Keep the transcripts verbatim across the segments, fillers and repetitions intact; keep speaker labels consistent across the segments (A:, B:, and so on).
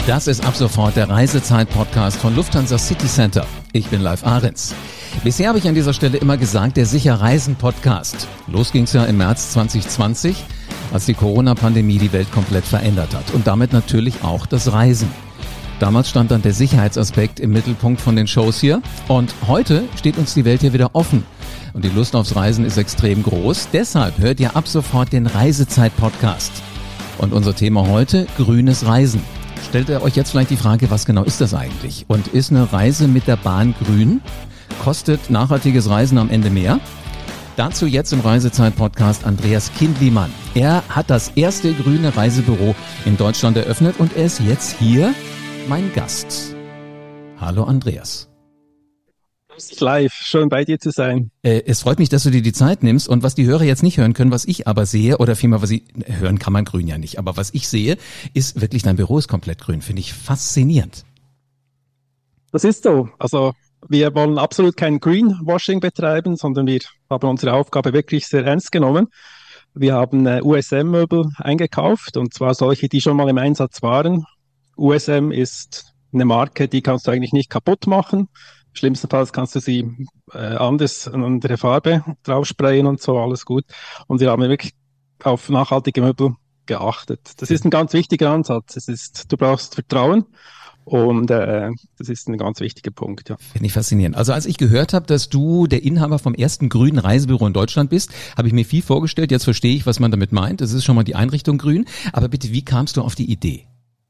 A: Das ist ab sofort der Reisezeit-Podcast von Lufthansa City Center. Ich bin Live Ahrens. Bisher habe ich an dieser Stelle immer gesagt, der Sicher Reisen Podcast. Los ging's ja im März zwanzig zwanzig, als die Corona-Pandemie die Welt komplett verändert hat. Und damit natürlich auch das Reisen. Damals stand dann der Sicherheitsaspekt im Mittelpunkt von den Shows hier. Und heute steht uns die Welt hier wieder offen. Und die Lust aufs Reisen ist extrem groß. Deshalb hört ihr ab sofort den Reisezeit-Podcast. Und unser Thema heute, grünes Reisen. Stellt ihr euch jetzt vielleicht die Frage, was genau ist das eigentlich? Und ist eine Reise mit der Bahn grün? Kostet nachhaltiges Reisen am Ende mehr? Dazu jetzt im Reisezeit-Podcast Andreas Kindlimann. Er hat das erste grüne Reisebüro in Deutschland eröffnet und er ist jetzt hier mein Gast. Hallo Andreas.
B: Live, schön bei dir zu sein.
A: Äh, es freut mich, dass du dir die Zeit nimmst und was die Hörer jetzt nicht hören können, was ich aber sehe, oder vielmehr, was sie hören kann man grün ja nicht, aber was ich sehe, ist wirklich, dein Büro ist komplett grün, finde ich faszinierend.
B: Das ist so, also wir wollen absolut kein Greenwashing betreiben, sondern wir haben unsere Aufgabe wirklich sehr ernst genommen. Wir haben äh, U S M-Möbel eingekauft und zwar solche, die schon mal im Einsatz waren. U S M ist eine Marke, die kannst du eigentlich nicht kaputt machen. Schlimmstenfalls kannst du sie äh, anders, eine andere Farbe draufsprayen und so, alles gut. Und wir haben wirklich auf nachhaltige Möbel geachtet. Das ist ein ganz wichtiger Ansatz. Es ist, du brauchst Vertrauen und äh, das ist ein ganz wichtiger Punkt. Ja.
A: Finde ich faszinierend. Also als ich gehört habe, dass du der Inhaber vom ersten grünen Reisebüro in Deutschland bist, habe ich mir viel vorgestellt. Jetzt verstehe ich, was man damit meint. Das ist schon mal die Einrichtung grün. Aber bitte, wie kamst du auf die Idee?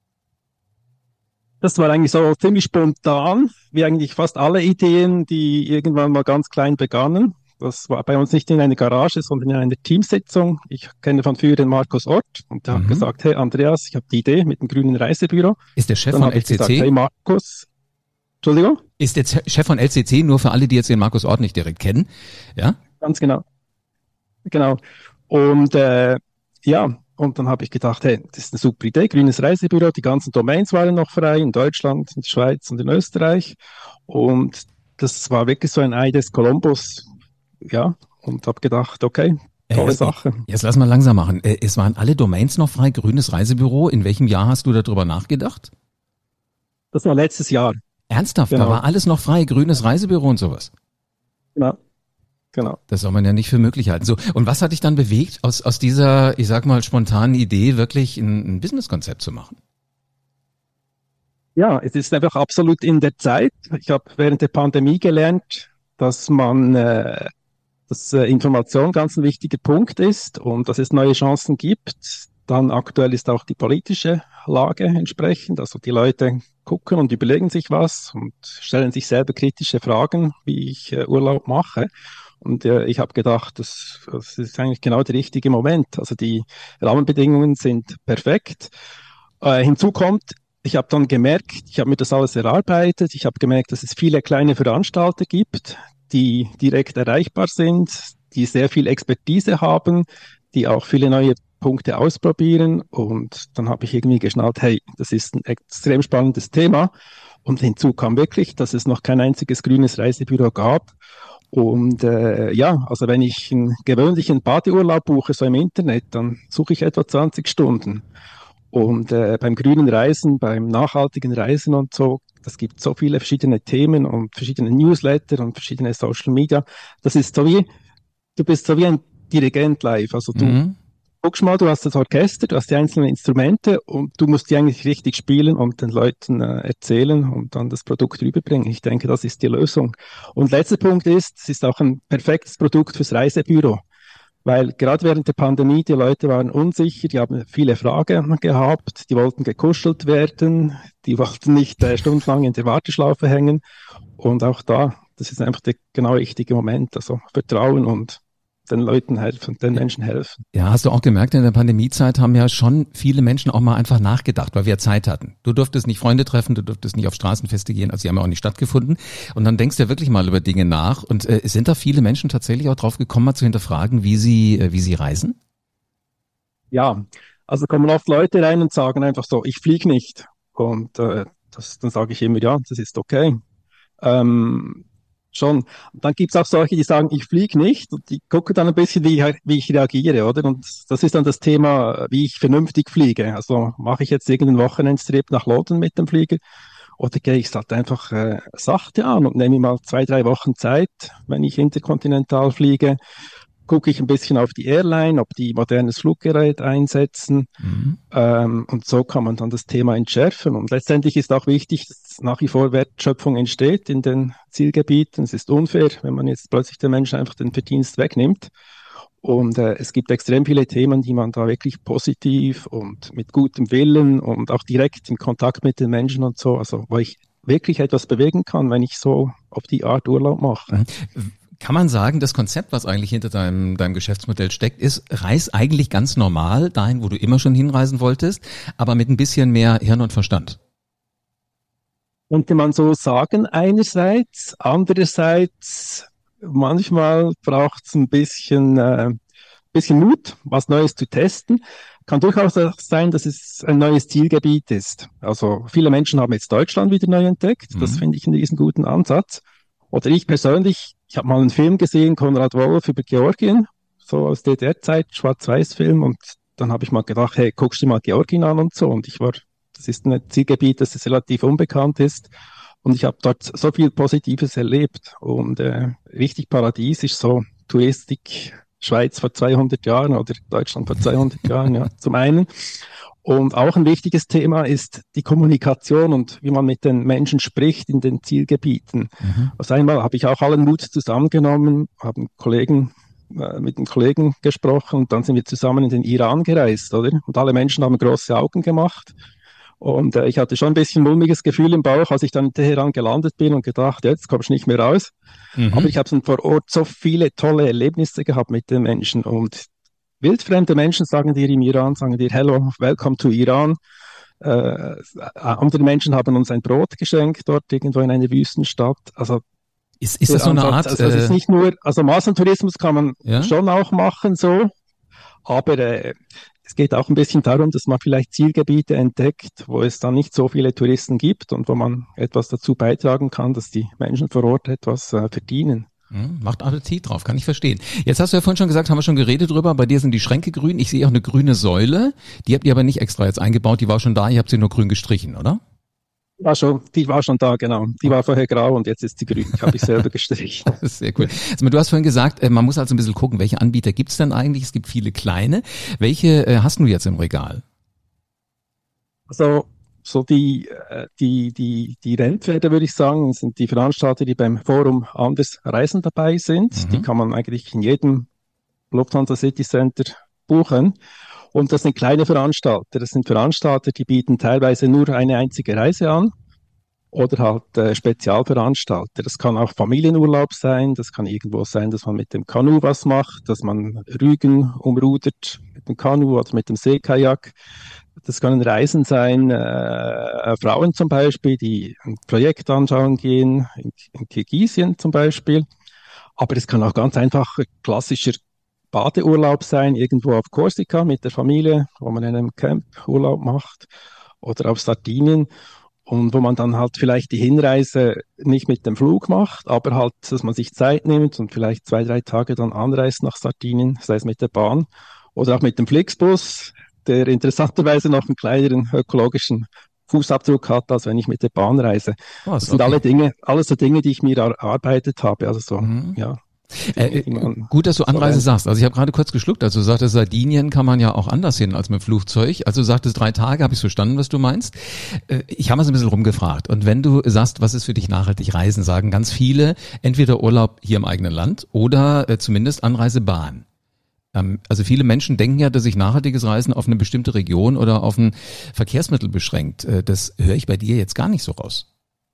B: Das war eigentlich so ziemlich spontan, wie eigentlich fast alle Ideen, die irgendwann mal ganz klein begannen. Das war bei uns nicht in einer Garage, sondern in einer Teamsitzung. Ich kenne von früher den Markus Ort und der mhm. hat gesagt, hey Andreas, ich habe die Idee mit dem grünen Reisebüro.
A: Ist der Chef
B: Dann
A: von L C C?
B: Gesagt, hey Markus, Entschuldigung?
A: Ist der Chef von L C C, nur für alle, die jetzt den Markus Ort nicht direkt kennen? Ja?
B: Ganz genau. Genau. Und äh, ja, und dann habe ich gedacht, hey, das ist eine super Idee, grünes Reisebüro, die ganzen Domains waren noch frei in Deutschland, in der Schweiz und in Österreich und das war wirklich so ein Ei des Kolumbus, ja, und habe gedacht, okay, tolle
A: jetzt,
B: Sache.
A: Jetzt lass mal langsam machen. Es waren alle Domains noch frei, grünes Reisebüro. In welchem Jahr hast du darüber nachgedacht?
B: Das war letztes Jahr.
A: Ernsthaft?
B: Genau.
A: Da war alles noch frei, grünes Reisebüro und sowas?
B: Genau. Genau.
A: Das soll man ja nicht für möglich halten. So, und was hat dich dann bewegt, aus, aus dieser, ich sag mal, spontanen Idee wirklich ein, ein Businesskonzept zu machen?
B: Ja, es ist einfach absolut in der Zeit. Ich habe während der Pandemie gelernt, dass man, äh, dass äh, Information ganz ein wichtiger Punkt ist und dass es neue Chancen gibt. Dann aktuell ist auch die politische Lage entsprechend. Also die Leute gucken und überlegen sich was und stellen sich selber kritische Fragen, wie ich äh, Urlaub mache. Und äh, ich habe gedacht, das, das ist eigentlich genau der richtige Moment. Also die Rahmenbedingungen sind perfekt. Äh, hinzu kommt, ich habe dann gemerkt, ich habe mir das alles erarbeitet, ich habe gemerkt, dass es viele kleine Veranstalter gibt, die direkt erreichbar sind, die sehr viel Expertise haben, die auch viele neue Punkte ausprobieren. Und dann habe ich irgendwie geschnallt, hey, das ist ein extrem spannendes Thema. Und hinzu kam wirklich, dass es noch kein einziges grünes Reisebüro gab. Und äh, ja, also wenn ich einen gewöhnlichen Badeurlaub buche, so im Internet, dann suche ich etwa zwanzig Stunden. Und äh, beim grünen Reisen, beim nachhaltigen Reisen und so, das gibt so viele verschiedene Themen und verschiedene Newsletter und verschiedene Social Media. Das ist so wie, du bist so wie ein Dirigent live. Also du mhm. guckst mal, du hast das Orchester, du hast die einzelnen Instrumente und du musst die eigentlich richtig spielen und den Leuten äh, erzählen und dann das Produkt rüberbringen. Ich denke, das ist die Lösung. Und letzter Punkt ist, es ist auch ein perfektes Produkt fürs Reisebüro. Weil gerade während der Pandemie, die Leute waren unsicher, die haben viele Fragen gehabt, die wollten gekuschelt werden, die wollten nicht äh, stundenlang in der Warteschlaufe hängen. Und auch da, das ist einfach der genau richtige Moment. Also Vertrauen und den Leuten helfen, den Menschen helfen.
A: Ja, hast du auch gemerkt, in der Pandemiezeit haben ja schon viele Menschen auch mal einfach nachgedacht, weil wir Zeit hatten. Du durftest nicht Freunde treffen, du durftest nicht auf Straßenfeste gehen, also die haben ja auch nicht stattgefunden. Und dann denkst du ja wirklich mal über Dinge nach. Und äh, sind da viele Menschen tatsächlich auch drauf gekommen, mal zu hinterfragen, wie sie, äh, wie sie reisen?
B: Ja, also kommen oft Leute rein und sagen einfach so, ich fliege nicht. Und äh, das, dann sage ich immer, ja, das ist okay. Ähm, schon. Und dann gibt's auch solche, die sagen, ich fliege nicht und die gucken dann ein bisschen, wie, ich- wie ich reagiere, oder? Und das ist dann das Thema, wie ich vernünftig fliege. Also mache ich jetzt irgendeinen Wochenendstrip nach London mit dem Flieger oder gehe ich es halt einfach äh, sachte an und nehme mir mal zwei, drei Wochen Zeit, wenn ich interkontinental fliege, gucke ich ein bisschen auf die Airline, ob die modernes Fluggerät einsetzen.
A: Mhm.
B: Ähm, und so kann man dann das Thema entschärfen. Und letztendlich ist auch wichtig, dass nach wie vor Wertschöpfung entsteht in den Zielgebieten. Es ist unfair, wenn man jetzt plötzlich den Menschen einfach den Verdienst wegnimmt. Und äh, es gibt extrem viele Themen, die man da wirklich positiv und mit gutem Willen und auch direkt im Kontakt mit den Menschen und so, also wo ich wirklich etwas bewegen kann, wenn ich so auf die Art Urlaub mache.
A: Mhm. Kann man sagen, das Konzept, was eigentlich hinter deinem, deinem Geschäftsmodell steckt, ist, reis eigentlich ganz normal dahin, wo du immer schon hinreisen wolltest, aber mit ein bisschen mehr Hirn und Verstand?
B: Könnte man so sagen einerseits, andererseits manchmal braucht es ein bisschen, äh, bisschen Mut, was Neues zu testen. Kann durchaus auch sein, dass es ein neues Zielgebiet ist. Also viele Menschen haben jetzt Deutschland wieder neu entdeckt. Das
A: Mhm.
B: finde ich einen riesen guten Ansatz. Oder ich persönlich, ich habe mal einen Film gesehen, Konrad Wolf über Georgien, so aus D D R-Zeit, Schwarz-Weiß-Film. Und dann habe ich mal gedacht, hey, guckst du dir mal Georgien an und so. Und ich war, das ist ein Zielgebiet, das ist relativ unbekannt ist. Und ich habe dort so viel Positives erlebt und äh, richtig paradiesisch, so Touristik, Schweiz vor zweihundert Jahren oder Deutschland vor zweihundert Jahren, ja, zum einen. Und auch ein wichtiges Thema ist die Kommunikation und wie man mit den Menschen spricht in den Zielgebieten.
A: Mhm.
B: Also einmal habe ich auch allen Mut zusammengenommen, habe einen Kollegen, äh, mit einem Kollegen gesprochen und dann sind wir zusammen in den Iran gereist, oder? Und alle Menschen haben große Augen gemacht. Und äh, ich hatte schon ein bisschen mulmiges Gefühl im Bauch, als ich dann in Teheran gelandet bin und gedacht, ja, jetzt kommst du nicht mehr raus. Aber
A: Mhm.
B: ich habe dann vor Ort so viele tolle Erlebnisse gehabt mit den Menschen. Und wildfremde Menschen sagen dir im Iran, sagen dir, hello, welcome to Iran. Äh, andere Menschen haben uns ein Brot geschenkt dort irgendwo in einer Wüstenstadt. Also
A: Ist, ist
B: der
A: das so eine
B: Ansatz,
A: Art,
B: also es ist
A: äh,
B: nicht nur, also Massentourismus kann man
A: ja?
B: schon auch machen so, aber äh, es geht auch ein bisschen darum, dass man vielleicht Zielgebiete entdeckt, wo es dann nicht so viele Touristen gibt und wo man etwas dazu beitragen kann, dass die Menschen vor Ort etwas äh, verdienen.
A: Hm, macht Appetit drauf, kann ich verstehen. Jetzt hast du ja vorhin schon gesagt, haben wir schon geredet drüber, bei dir sind die Schränke grün. Ich sehe auch eine grüne Säule, die habt ihr aber nicht extra jetzt eingebaut, die war schon da, ihr habt sie nur grün gestrichen, oder?
B: War schon, die war schon da, genau. Die war vorher grau und jetzt ist sie grün. Ich habe ich selber gestrichen.
A: Das ist sehr cool. Also, du hast vorhin gesagt, äh, man muss also ein bisschen gucken, welche Anbieter gibt's denn eigentlich? Es gibt viele kleine. Welche äh, hast du jetzt im Regal?
B: Also so die, äh, die, die, die Rennpferde, würde ich sagen, sind die Veranstalter, die beim Forum Anders Reisen dabei sind. Die
A: Mhm.
B: kann man eigentlich in jedem Lufthansa City Center buchen. Und das sind kleine Veranstalter. Das sind Veranstalter, die bieten teilweise nur eine einzige Reise an oder halt äh, Spezialveranstalter. Das kann auch Familienurlaub sein. Das kann irgendwo sein, dass man mit dem Kanu was macht, dass man Rügen umrudert mit dem Kanu oder mit dem Seekajak. Das können Reisen sein, äh, Frauen zum Beispiel, die ein Projekt anschauen gehen, in, in Kirgisien zum Beispiel. Aber es kann auch ganz einfach klassischer Badeurlaub sein, irgendwo auf Korsika mit der Familie, wo man in einem Camp Urlaub macht oder auf Sardinien und wo man dann halt vielleicht die Hinreise nicht mit dem Flug macht, aber halt, dass man sich Zeit nimmt und vielleicht zwei, drei Tage dann anreist nach Sardinien, sei es mit der Bahn oder auch mit dem Flixbus, der interessanterweise noch einen kleineren ökologischen Fußabdruck hat, als wenn ich mit der Bahn reise.
A: Was,
B: Das sind
A: okay.
B: alle Dinge, alles so Dinge, die ich mir erarbeitet habe, also so,
A: Mhm.
B: ja.
A: Äh,
B: Dinge, die
A: äh,
B: man
A: gut, dass du
B: so
A: Anreise
B: lernt.
A: sagst. Also ich habe gerade kurz geschluckt, als du sagtest, Sardinien kann man ja auch anders hin als mit dem Flugzeug. Also du sagtest drei Tage, habe ich verstanden, was du meinst. Äh, ich habe mal so ein bisschen rumgefragt. Und wenn du sagst, was ist für dich nachhaltig Reisen, sagen ganz viele, entweder Urlaub hier im eigenen Land oder äh, zumindest Anreisebahn. Ähm, also viele Menschen denken ja, dass sich nachhaltiges Reisen auf eine bestimmte Region oder auf ein Verkehrsmittel beschränkt. Äh, das höre ich bei dir jetzt gar nicht so raus.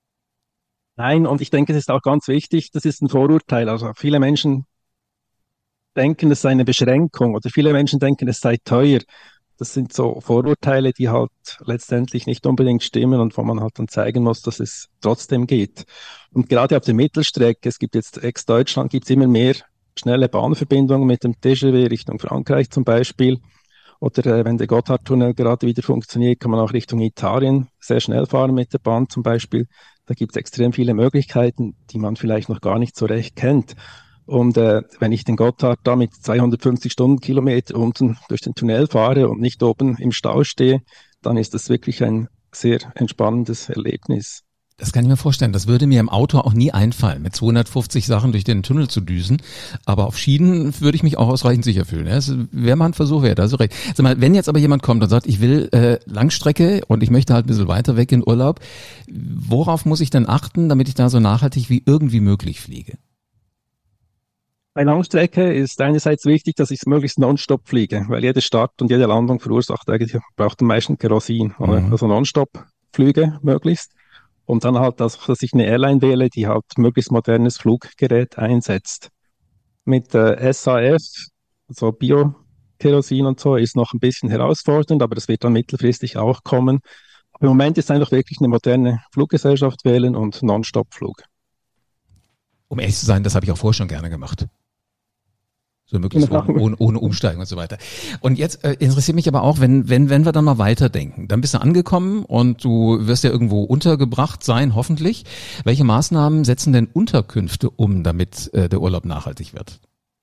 B: Nein, und ich denke, es ist auch ganz wichtig, das ist ein Vorurteil. Also viele Menschen denken, es sei eine Beschränkung oder viele Menschen denken, es sei teuer. Das sind so Vorurteile, die halt letztendlich nicht unbedingt stimmen und wo man halt dann zeigen muss, dass es trotzdem geht. Und gerade auf der Mittelstrecke, es gibt jetzt ex-Deutschland, gibt es immer mehr schnelle Bahnverbindungen mit dem T G V Richtung Frankreich zum Beispiel. Oder äh, wenn der Gotthardtunnel gerade wieder funktioniert, kann man auch Richtung Italien sehr schnell fahren mit der Bahn zum Beispiel. Da gibt es extrem viele Möglichkeiten, die man vielleicht noch gar nicht so recht kennt. Und äh, wenn ich den Gotthard da mit zweihundertfünfzig Stundenkilometer unten durch den Tunnel fahre und nicht oben im Stau stehe, dann ist das wirklich ein sehr entspannendes Erlebnis.
A: Das kann ich mir vorstellen. Das würde mir im Auto auch nie einfallen, mit zweihundertfünfzig Sachen durch den Tunnel zu düsen. Aber auf Schienen würde ich mich auch ausreichend sicher fühlen. Das wäre mal ein Versuch wert, also recht. Sag mal, wenn jetzt aber jemand kommt und sagt, ich will äh, Langstrecke und ich möchte halt ein bisschen weiter weg in Urlaub, worauf muss ich denn achten, damit ich da so nachhaltig wie irgendwie möglich fliege?
B: Bei Langstrecke ist einerseits wichtig, dass ich möglichst nonstop fliege, weil jede Start und jede Landung verursacht eigentlich, braucht am meisten Kerosin. Mhm. Also Nonstop-Flüge möglichst. Und dann halt, dass, dass ich eine Airline wähle, die halt möglichst modernes Fluggerät einsetzt. Mit äh, S A F, so Bio-Kerosin und so, ist noch ein bisschen herausfordernd, aber das wird dann mittelfristig auch kommen. Aber im Moment ist einfach wirklich eine moderne Fluggesellschaft wählen und Nonstop-Flug.
A: Um ehrlich zu sein, das habe ich auch vorher schon gerne gemacht. So möglichst ohne, ohne, ohne Umsteigen und so weiter. Und jetzt äh, interessiert mich aber auch, wenn, wenn, wenn wir dann mal weiterdenken, dann bist du angekommen und du wirst ja irgendwo untergebracht sein, hoffentlich. Welche Maßnahmen setzen denn Unterkünfte um, damit äh, der Urlaub nachhaltig wird?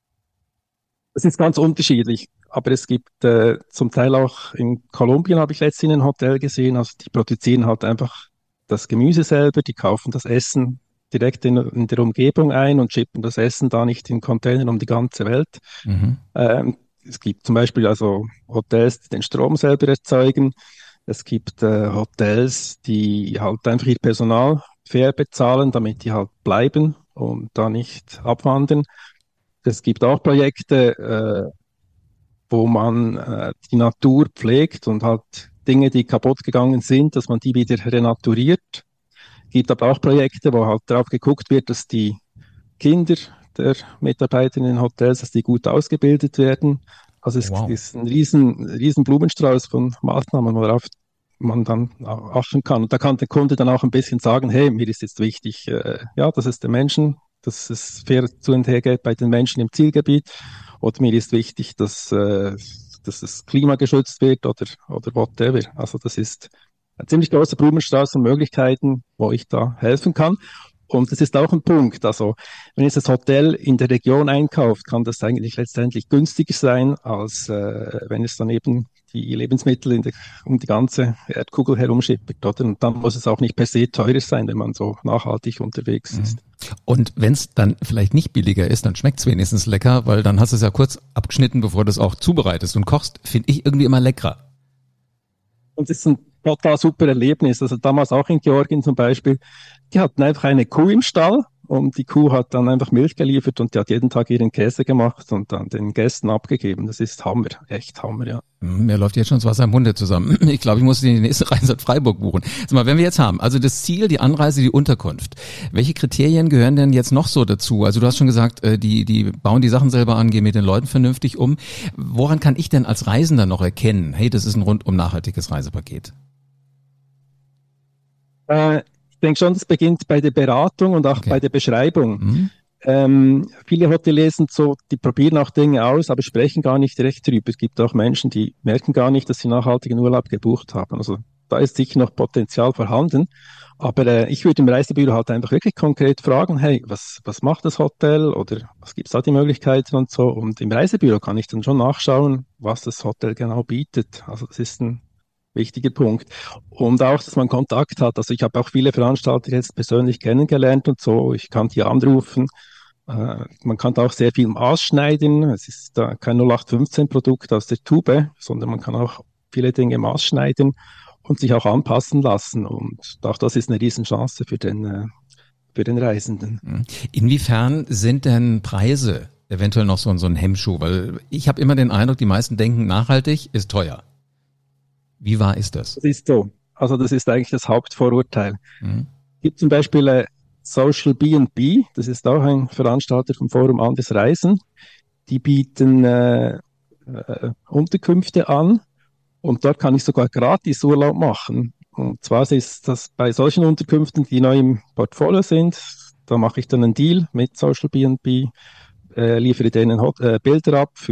B: Das ist ganz unterschiedlich, aber es gibt äh, zum Teil auch in Kolumbien, habe ich letztens in ein Hotel gesehen, also die produzieren halt einfach das Gemüse selber, die kaufen das Essen direkt in, in der Umgebung ein und schippen das Essen da nicht in Containern um die ganze Welt. Mhm. Ähm, es gibt zum Beispiel also Hotels, die den Strom selber erzeugen. Es gibt äh, Hotels, die halt einfach ihr Personal fair bezahlen, damit die halt bleiben und da nicht abwandern. Es gibt auch Projekte, äh, wo man äh, die Natur pflegt und halt Dinge, die kaputt gegangen sind, dass man die wieder renaturiert. Gibt aber auch Projekte, wo halt darauf geguckt wird, dass die Kinder der Mitarbeiter in den Hotels, dass die gut ausgebildet werden. Also es wow. ist ein riesen, riesen Blumenstrauß von Maßnahmen, worauf man dann achten kann. Und da kann der Kunde dann auch ein bisschen sagen, hey, mir ist jetzt wichtig, äh, ja, dass es den Menschen, dass es fair zu und her geht bei den Menschen im Zielgebiet. Oder mir ist wichtig, dass, äh, dass das Klima geschützt wird oder, oder whatever. Also das ist ein ziemlich großer Blumenstrauß von Möglichkeiten, wo ich da helfen kann. Und das ist auch ein Punkt. Also, wenn jetzt das Hotel in der Region einkauft, kann das eigentlich letztendlich günstiger sein, als äh, wenn es dann eben die Lebensmittel in der, um die ganze Erdkugel herumschippert, oder? Und dann muss es auch nicht per se teurer sein, wenn man so nachhaltig unterwegs ist.
A: Und wenn es dann vielleicht nicht billiger ist, dann schmeckt es wenigstens lecker, weil dann hast du es ja kurz abgeschnitten, bevor du es auch zubereitest und kochst, finde ich irgendwie immer leckerer.
B: Und es ist ein total super Erlebnis. Also damals auch in Georgien zum Beispiel, die hatten einfach eine Kuh im Stall und die Kuh hat dann einfach Milch geliefert und die hat jeden Tag ihren Käse gemacht und dann den Gästen abgegeben. Das ist Hammer, echt Hammer, ja.
A: Mir läuft jetzt schon das Wasser im Munde zusammen. Ich glaube, ich muss die nächste Reise nach Freiburg buchen. Sag mal, wenn wir jetzt haben, also das Ziel, die Anreise, die Unterkunft. Welche Kriterien gehören denn jetzt noch so dazu? Also du hast schon gesagt, die, die bauen die Sachen selber an, gehen mit den Leuten vernünftig um. Woran kann ich denn als Reisender noch erkennen, hey, das ist ein rundum nachhaltiges Reisepaket?
B: Äh, ich denke schon, das beginnt bei der Beratung und auch okay. bei der Beschreibung. Mhm. Ähm, viele Hoteliers sind so, die probieren auch Dinge aus, aber sprechen gar nicht direkt drüber. Es gibt auch Menschen, die merken gar nicht, dass sie nachhaltigen Urlaub gebucht haben. Also da ist sicher noch Potenzial vorhanden. Aber äh, ich würde im Reisebüro halt einfach wirklich konkret fragen, hey, was, was macht das Hotel oder was gibt's da die Möglichkeiten und so. Und im Reisebüro kann ich dann schon nachschauen, was das Hotel genau bietet. Also das ist ein wichtiger Punkt. Und auch, dass man Kontakt hat. Also ich habe auch viele Veranstalter jetzt persönlich kennengelernt und so. Ich kann die anrufen. Äh, man kann auch sehr viel maßschneiden. Es ist da kein null acht fünfzehn Produkt aus der Tube, sondern man kann auch viele Dinge maßschneiden und sich auch anpassen lassen. Und auch das ist eine Riesenchance für den, äh, für den Reisenden.
A: Inwiefern sind denn Preise eventuell noch so, so ein Hemmschuh? Weil ich habe immer den Eindruck, die meisten denken, nachhaltig ist teuer. Wie wahr ist das?
B: Das ist so. Also das ist eigentlich das Hauptvorurteil. Mhm. Es gibt zum Beispiel äh, Social B and B, das ist auch ein Veranstalter vom Forum Andes Reisen. Die bieten äh, äh, Unterkünfte an und dort kann ich sogar gratis Urlaub machen. Und zwar ist das bei solchen Unterkünften, die neu im Portfolio sind, da mache ich dann einen Deal mit Social B and B, äh, liefere denen Hot- äh, Bilder ab für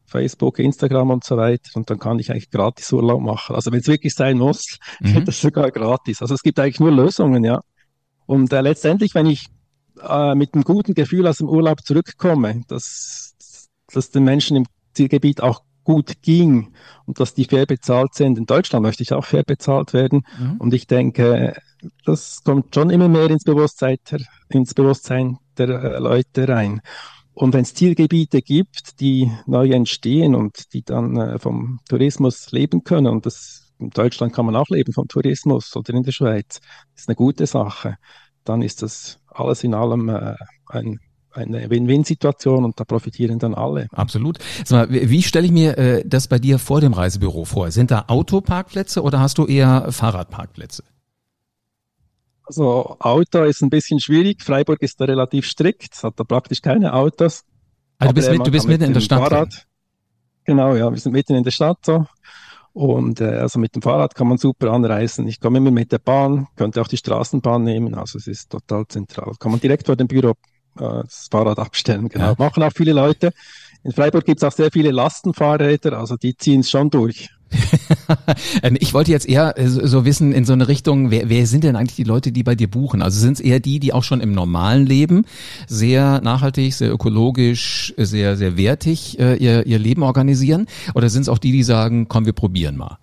B: Facebook, Instagram und so weiter und dann kann ich eigentlich gratis Urlaub machen. Also wenn es wirklich sein muss, mhm. geht das sogar gratis. Also es gibt eigentlich nur Lösungen, ja. Und äh, letztendlich, wenn ich äh, mit einem guten Gefühl aus dem Urlaub zurückkomme, dass, dass den Menschen im Zielgebiet auch gut ging und dass die fair bezahlt sind. In Deutschland möchte ich auch fair bezahlt werden. Mhm. Und ich denke, das kommt schon immer mehr ins Bewusstsein, ins Bewusstsein der äh, Leute rein. Und wenn es Zielgebiete gibt, die neu entstehen und die dann äh, vom Tourismus leben können, und das, in Deutschland kann man auch leben vom Tourismus oder in der Schweiz, ist eine gute Sache, dann ist das alles in allem äh, ein eine Win-Win-Situation und da profitieren dann alle.
A: Absolut. Sag mal, wie stelle ich mir äh, das bei dir vor dem Reisebüro vor? Sind da Autoparkplätze oder hast du eher Fahrradparkplätze?
B: Also Auto ist ein bisschen schwierig. Freiburg ist da relativ strikt, hat da praktisch keine Autos.
A: Also du bist, mit, du bist mitten in der Stadt.
B: Fahrrad, genau, ja, wir sind mitten in der Stadt so. Und äh, also mit dem Fahrrad kann man super anreisen. Ich komme immer mit der Bahn, könnte auch die Straßenbahn nehmen. Also es ist total zentral. Kann man direkt vor dem Büro das Fahrrad abstellen, genau. Ja. Machen auch viele Leute. In Freiburg gibt es auch sehr viele Lastenfahrräder, also die ziehen es schon durch.
A: Ich wollte jetzt eher so wissen in so eine Richtung, wer, wer sind denn eigentlich die Leute, die bei dir buchen? Also sind es eher die, die auch schon im normalen Leben sehr nachhaltig, sehr ökologisch, sehr, sehr wertig äh, ihr, ihr Leben organisieren? Oder sind es auch die, die sagen, komm, wir probieren mal?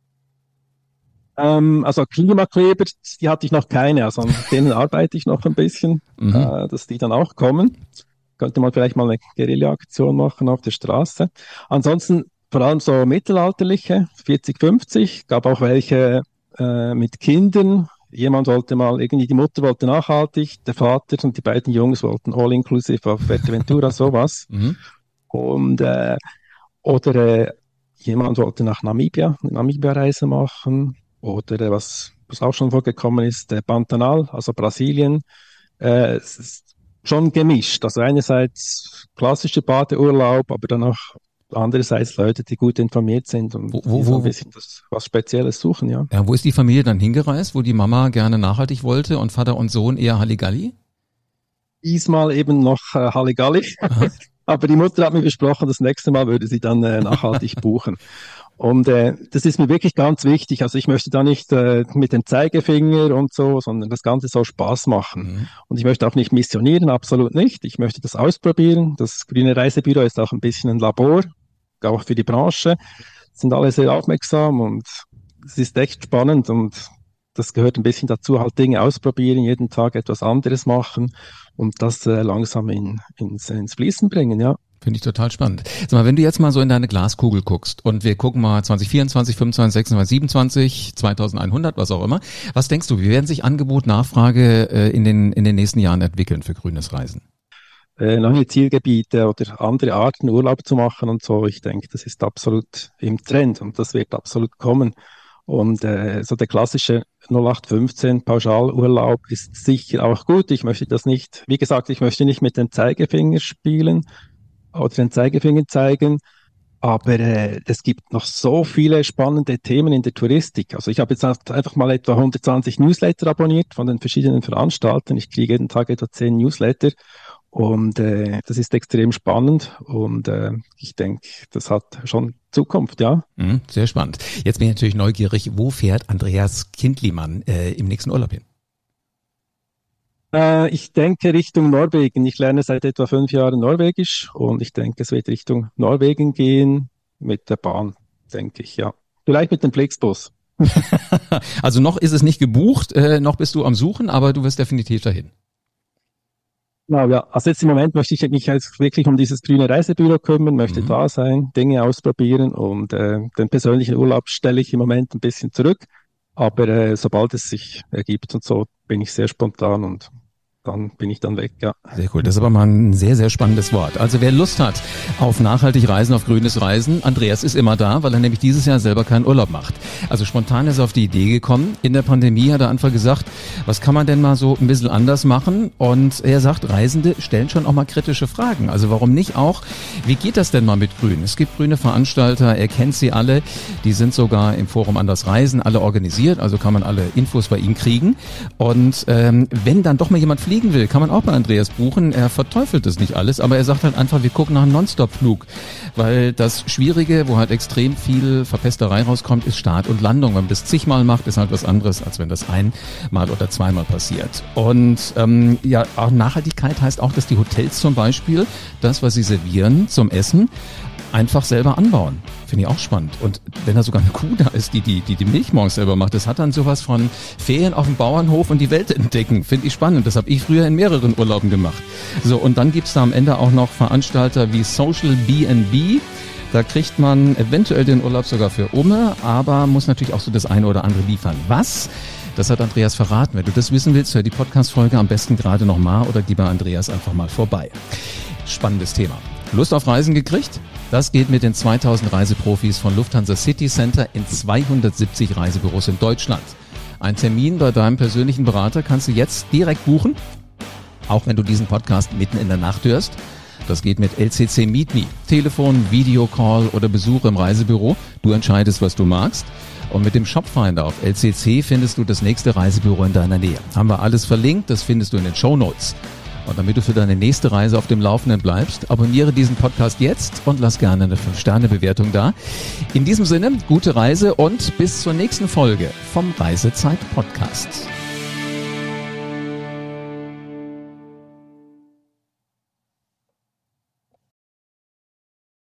B: Ähm, also Klimakleber, die hatte ich noch keine, also an denen arbeite ich noch ein bisschen, mhm. äh, dass die dann auch kommen. Könnte man vielleicht mal eine Guerilla-Aktion machen auf der Straße. Ansonsten vor allem so mittelalterliche, vierzig, fünfzig, gab auch welche äh, mit Kindern. Jemand wollte mal, irgendwie die Mutter wollte nachhaltig, der Vater und die beiden Jungs wollten all-inclusive auf Fuerteventura, sowas. Mhm. Und äh, oder äh, jemand wollte nach Namibia, eine Namibia-Reise machen. Oder was, was auch schon vorgekommen ist, der Pantanal, also Brasilien. Äh, es ist schon gemischt. Also einerseits klassischer Badeurlaub, aber dann auch andererseits Leute, die gut informiert sind und
A: wo, wo,
B: die so ein bisschen das, was Spezielles suchen, ja.
A: Ja, wo ist die Familie dann hingereist, wo die Mama gerne nachhaltig wollte und Vater und Sohn eher Halligalli?
B: Diesmal eben noch äh, Halligalli. Aber die Mutter hat mir versprochen, das nächste Mal würde sie dann äh, nachhaltig buchen. Und äh, das ist mir wirklich ganz wichtig. Also ich möchte da nicht äh, mit dem Zeigefinger und so, sondern das Ganze soll Spaß machen. Mhm. Und ich möchte auch nicht missionieren, absolut nicht. Ich möchte das ausprobieren. Das Grüne Reisebüro ist auch ein bisschen ein Labor, auch für die Branche. Sind alle sehr aufmerksam und es ist echt spannend und das gehört ein bisschen dazu, halt Dinge ausprobieren, jeden Tag etwas anderes machen und das äh, langsam in, ins, ins Fließen bringen, ja.
A: Finde ich total spannend. Sag mal, wenn du jetzt mal so in deine Glaskugel guckst und wir gucken mal zwanzig vierundzwanzig, fünfundzwanzig, sechsundzwanzig, siebenundzwanzig, zweitausendeinhundert, was auch immer. Was denkst du, wie werden sich Angebot, Nachfrage äh, in den in den nächsten Jahren entwickeln für grünes Reisen?
B: Äh, neue Zielgebiete oder andere Arten Urlaub zu machen und so, ich denke, das ist absolut im Trend und das wird absolut kommen. Und äh, so der klassische null acht fünfzehn Pauschalurlaub ist sicher auch gut. Ich möchte das nicht, wie gesagt, ich möchte nicht mit dem Zeigefinger spielen oder den Zeigefinger zeigen, aber äh, es gibt noch so viele spannende Themen in der Touristik. Also ich habe jetzt einfach mal etwa hundertzwanzig Newsletter abonniert von den verschiedenen Veranstaltern. Ich kriege jeden Tag etwa zehn Newsletter. Und äh, das ist extrem spannend und äh, ich denke, das hat schon Zukunft, ja.
A: Mhm, sehr spannend. Jetzt bin ich natürlich neugierig, wo fährt Andreas Kindlimann äh, im nächsten Urlaub hin?
B: Äh, ich denke Richtung Norwegen. Ich lerne seit etwa fünf Jahren Norwegisch und ich denke, es wird Richtung Norwegen gehen mit der Bahn, denke ich, ja. Vielleicht mit dem Flixbus.
A: Also noch ist es nicht gebucht, äh, noch bist du am Suchen, aber du wirst definitiv dahin.
B: Genau, ja. Also jetzt im Moment möchte ich mich jetzt wirklich um dieses grüne Reisebüro kümmern, möchte mhm. da sein, Dinge ausprobieren und äh, den persönlichen Urlaub stelle ich im Moment ein bisschen zurück. Aber äh, sobald es sich ergibt und so, bin ich sehr spontan und dann bin ich dann weg, ja.
A: Sehr cool. Das ist aber mal ein sehr, sehr spannendes Wort. Also wer Lust hat auf nachhaltig Reisen, auf grünes Reisen, Andreas ist immer da, weil er nämlich dieses Jahr selber keinen Urlaub macht. Also spontan ist er auf die Idee gekommen. In der Pandemie hat er einfach gesagt, was kann man denn mal so ein bisschen anders machen? Und er sagt, Reisende stellen schon auch mal kritische Fragen. Also warum nicht auch, wie geht das denn mal mit Grün? Es gibt grüne Veranstalter, er kennt sie alle. Die sind sogar im Forum Anders Reisen alle organisiert. Also kann man alle Infos bei ihm kriegen. Und ähm, wenn dann doch mal jemand fliegt, fliegen will, kann man auch bei Andreas buchen. Er verteufelt es nicht alles, aber er sagt halt einfach, wir gucken nach einem Nonstop-Flug. Weil das Schwierige, wo halt extrem viel Verpesterei rauskommt, ist Start und Landung. Wenn man das zigmal macht, ist halt was anderes, als wenn das einmal oder zweimal passiert. Und ähm, ja, auch Nachhaltigkeit heißt auch, dass die Hotels zum Beispiel das, was sie servieren zum Essen, einfach selber anbauen. Finde ich auch spannend. Und wenn da sogar eine Kuh da ist, die die, die die Milch morgens selber macht, das hat dann sowas von Ferien auf dem Bauernhof und die Welt entdecken. Finde ich spannend. Das habe ich früher in mehreren Urlauben gemacht. So, und dann gibt's da am Ende auch noch Veranstalter wie Social B and B. Da kriegt man eventuell den Urlaub sogar für Umme, aber muss natürlich auch so das eine oder andere liefern. Was? Das hat Andreas verraten. Wenn du das wissen willst, hör die Podcast-Folge am besten gerade noch mal oder geh bei Andreas einfach mal vorbei. Spannendes Thema. Lust auf Reisen gekriegt? Das geht mit den zweitausend Reiseprofis von Lufthansa City Center in zweihundertsiebzig Reisebüros in Deutschland. Ein Termin bei deinem persönlichen Berater kannst du jetzt direkt buchen, auch wenn du diesen Podcast mitten in der Nacht hörst. Das geht mit L C C Meet Me. Telefon, Videocall oder Besuch im Reisebüro. Du entscheidest, was du magst. Und mit dem Shopfinder auf L C C findest du das nächste Reisebüro in deiner Nähe. Haben wir alles verlinkt, das findest du in den Shownotes. Und damit du für deine nächste Reise auf dem Laufenden bleibst, abonniere diesen Podcast jetzt und lass gerne eine fünf Sterne Bewertung da. In diesem Sinne, gute Reise und bis zur nächsten Folge vom Reisezeit Podcast.